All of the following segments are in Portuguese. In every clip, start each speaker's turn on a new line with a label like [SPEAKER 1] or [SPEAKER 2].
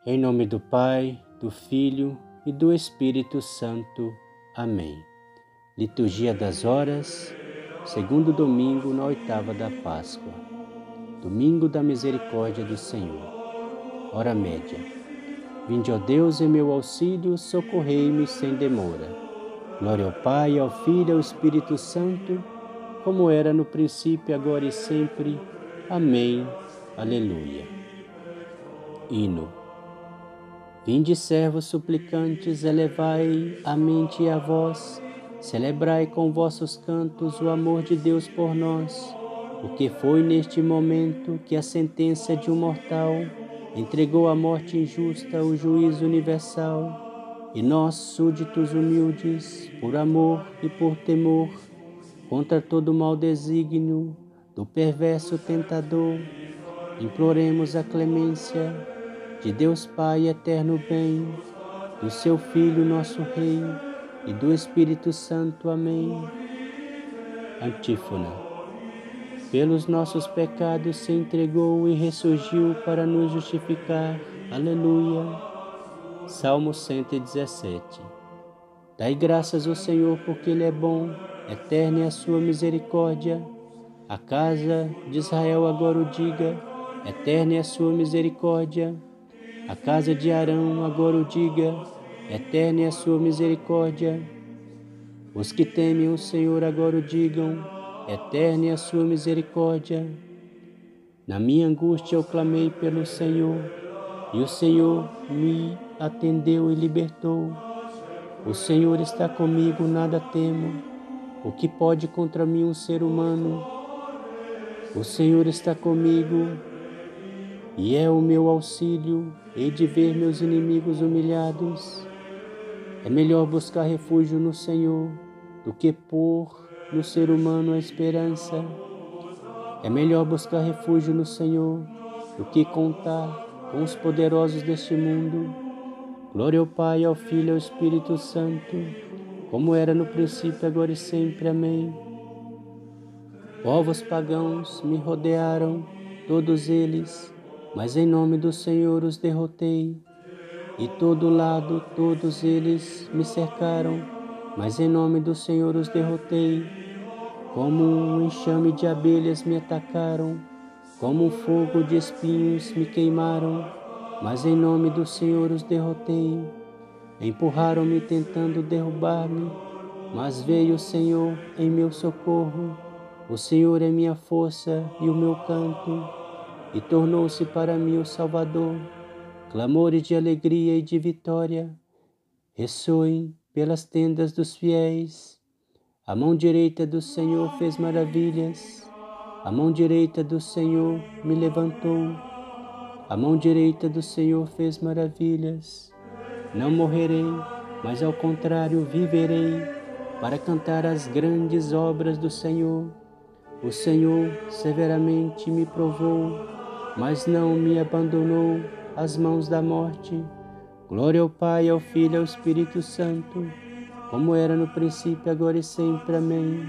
[SPEAKER 1] Em nome do Pai, do Filho e do Espírito Santo. Amém. Liturgia das Horas, segundo domingo na oitava da Páscoa. Domingo da Misericórdia do Senhor. Hora média. Vinde, ó Deus, em meu auxílio, socorrei-me sem demora. Glória ao Pai, ao Filho e ao Espírito Santo, como era no princípio, agora e sempre. Amém. Aleluia. Hino. Vinde, servos suplicantes, elevai a mente e a voz, celebrai com vossos cantos o amor de Deus por nós, porque foi neste momento que a sentença de um mortal entregou à morte injusta o juízo universal, e nós, súditos humildes, por amor e por temor, contra todo mau desígnio do perverso tentador, imploremos a clemência de Deus Pai eterno bem, do seu Filho nosso Rei e do Espírito Santo. Amém. Antífona. Pelos nossos pecados se entregou e ressurgiu para nos justificar. Aleluia. Salmo 117. Dai graças ao Senhor porque Ele é bom, eterna é a sua misericórdia. A casa de Israel agora o diga, eterna é a sua misericórdia. A casa de Arão agora o diga, eterna é a sua misericórdia. Os que temem o Senhor agora o digam, eterna é a sua misericórdia. Na minha angústia eu clamei pelo Senhor, e o Senhor me atendeu e libertou. O Senhor está comigo, nada temo. O que pode contra mim um ser humano? O Senhor está comigo, e é o meu auxílio. Hei de ver meus inimigos humilhados. É melhor buscar refúgio no Senhor do que pôr no ser humano a esperança. É melhor buscar refúgio no Senhor do que contar com os poderosos deste mundo. Glória ao Pai, ao Filho e ao Espírito Santo, como era no princípio, agora e sempre. Amém. Povos pagãos me rodearam, todos eles, mas em nome do Senhor os derrotei. E todo lado todos eles me cercaram, mas em nome do Senhor os derrotei. Como um enxame de abelhas me atacaram, como um fogo de espinhos me queimaram, mas em nome do Senhor os derrotei. Empurraram-me tentando derrubar-me, mas veio o Senhor em meu socorro. O Senhor é minha força e o meu canto, e tornou-se para mim o Salvador. Clamores de alegria e de vitória ressoem pelas tendas dos fiéis. A mão direita do Senhor fez maravilhas. A mão direita do Senhor me levantou. A mão direita do Senhor fez maravilhas. Não morrerei, mas ao contrário viverei, para cantar as grandes obras do Senhor. O Senhor severamente me provou, mas não me abandonou às mãos da morte. Glória ao Pai, ao Filho e ao Espírito Santo, como era no princípio, agora e sempre. Amém.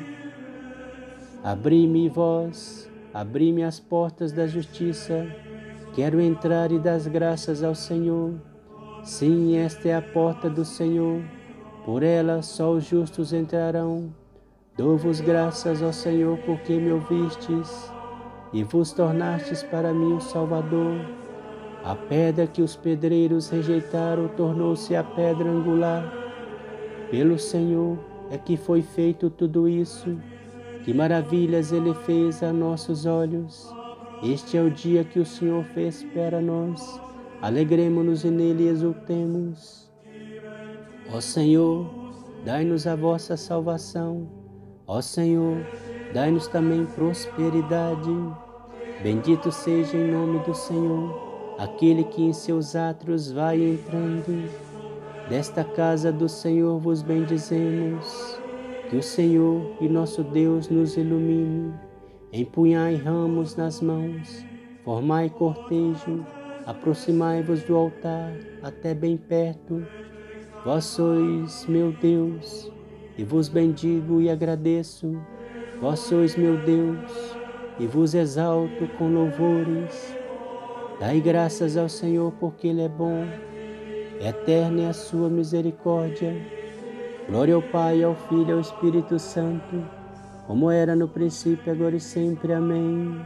[SPEAKER 1] Abri-me, vós, abri-me as portas da justiça. Quero entrar e dar graças ao Senhor. Sim, esta é a porta do Senhor. Por ela só os justos entrarão. Dou-vos graças, ó Senhor, porque me ouvistes e vos tornastes para mim o Salvador. A pedra que os pedreiros rejeitaram tornou-se a pedra angular. Pelo Senhor é que foi feito tudo isso. Que maravilhas Ele fez a nossos olhos. Este é o dia que o Senhor fez para nós. Alegremo-nos e nele exultemos. Ó Senhor, dai-nos a vossa salvação. Ó Senhor, dai-nos também prosperidade. Bendito seja em nome do Senhor aquele que em seus átrios vai entrando. Desta casa do Senhor vos bendizemos. Que o Senhor e nosso Deus nos ilumine. Empunhai ramos nas mãos, formai cortejo, aproximai-vos do altar até bem perto. Vós sois meu Deus, e vos bendigo e agradeço. Vós sois meu Deus, e vos exalto com louvores. Dai graças ao Senhor, porque Ele é bom, eterna é a sua misericórdia. Glória ao Pai, ao Filho e ao Espírito Santo, como era no princípio, agora e sempre. Amém.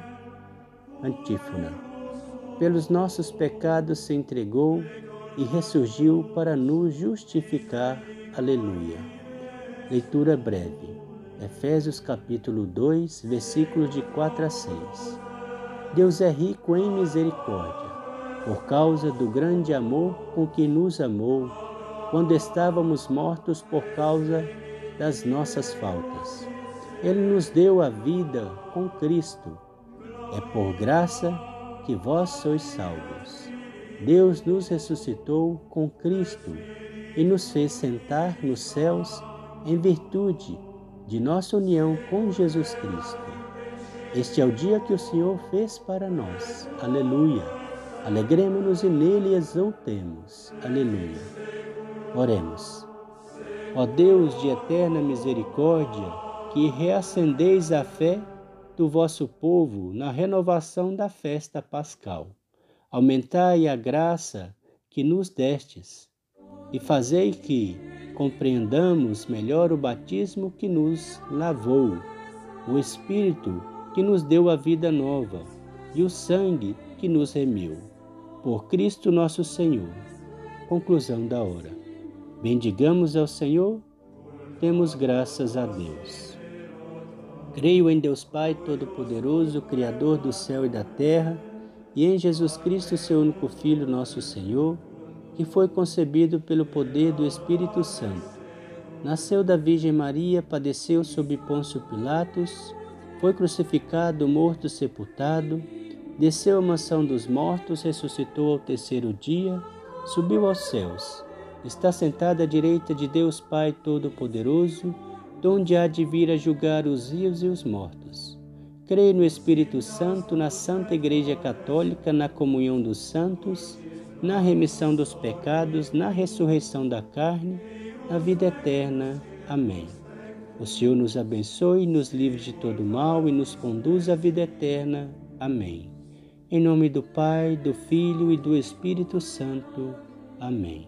[SPEAKER 1] Antífona. Pelos nossos pecados se entregou e ressurgiu para nos justificar. Aleluia. Leitura breve. Efésios capítulo 2, versículos de 4 a 6. Deus é rico em misericórdia, por causa do grande amor com que nos amou, quando estávamos mortos por causa das nossas faltas. Ele nos deu a vida com Cristo. É por graça que vós sois salvos. Deus nos ressuscitou com Cristo e nos fez sentar nos céus em virtude de nossa união com Jesus Cristo. Este é o dia que o Senhor fez para nós. Aleluia. Alegremo-nos e nele exultemos. Aleluia. Oremos. Ó Deus de eterna misericórdia, que reacendeis a fé do vosso povo na renovação da festa pascal, aumentai a graça que nos destes e fazei que compreendamos melhor o batismo que nos lavou, o Espírito que nos deu a vida nova e o sangue que nos remiu. Por Cristo nosso Senhor. Conclusão da hora. Bendigamos ao Senhor, demos graças a Deus. Creio em Deus Pai Todo-Poderoso, Criador do céu e da terra, e em Jesus Cristo, seu único Filho, nosso Senhor, que foi concebido pelo poder do Espírito Santo. Nasceu da Virgem Maria, padeceu sob Pôncio Pilatos, foi crucificado, morto, sepultado, desceu à mansão dos mortos, ressuscitou ao terceiro dia, subiu aos céus, está sentado à direita de Deus Pai Todo-Poderoso, donde há de vir a julgar os vivos e os mortos. Creio no Espírito Santo, na Santa Igreja Católica, na comunhão dos santos, na remissão dos pecados, na ressurreição da carne, na vida eterna. Amém. O Senhor nos abençoe, nos livre de todo mal e nos conduz à vida eterna. Amém. Em nome do Pai, do Filho e do Espírito Santo. Amém.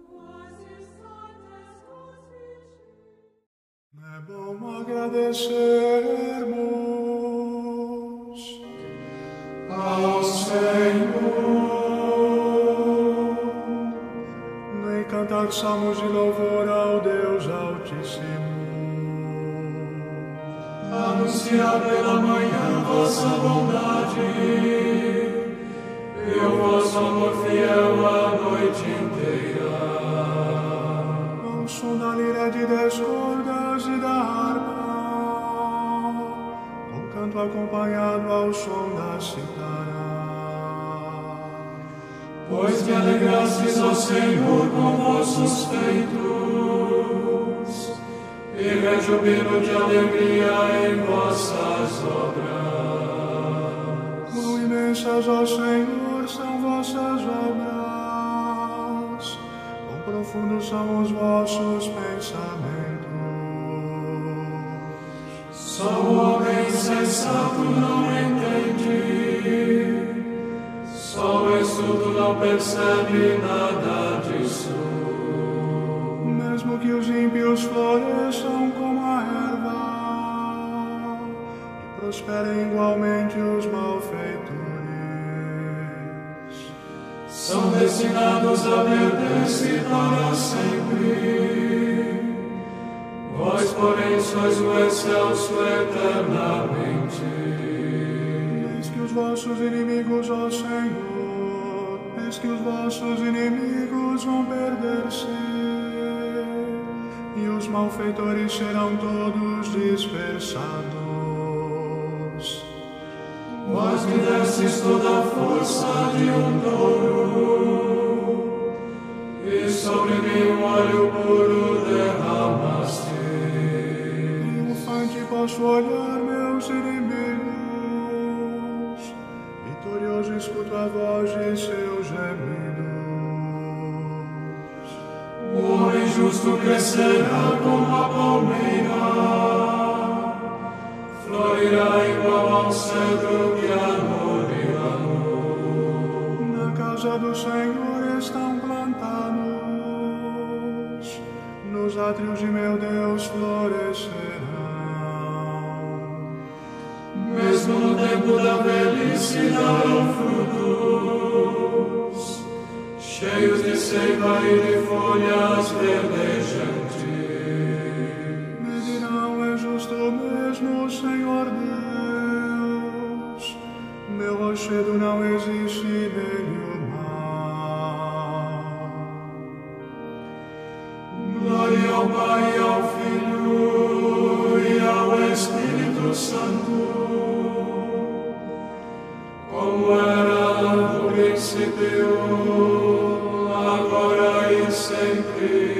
[SPEAKER 2] É bom agradecermos ao Senhor e cantar salmos de louvor ao Deus Altíssimo. Anunciar pela manhã vossa bondade e o vosso amor fiel a noite inteira. Ao som da lira de 10 cordas e da harpa, com canto acompanhado ao som da cítara. Pois que alegrastes ao Senhor com vossos feitos, e rejubilo de alegria em vossas obras. Quão imensas, ó Senhor, são vossas obras, quão profundos são os vossos pensamentos. Só o homem insensato não entende, só o estudo não percebe nada disso. Mesmo que os ímpios floresçam como a erva e prosperem igualmente os malfeitores, são destinados a perder-se para sempre. Vós, porém, sois o excelso eternamente. Eis que os vossos inimigos, ó Senhor, eis que os vossos inimigos vão perder-se, e os malfeitores serão todos dispersados. Vós me destes toda a força de um touro, e sobre mim um óleo puro derramaste. Triunfante posso olhar meus inimigos, vitorioso escuto a voz de seus gemidos. O homem justo crescerá como a palmeira, florirá igual ao cedro que há no Líbano. do Senhor estão plantados, nos átrios de meu Deus florescerão.
[SPEAKER 3] Mesmo no tempo da velhice darão frutos, cheios de seiva e de folhas verdejantes.
[SPEAKER 2] Me dirão: é justo mesmo, Senhor Deus, meu rochedo não existe nele o mal.
[SPEAKER 3] Glória ao Pai, ao Filho e ao Espírito Santo, como era no princípio, agora e sempre.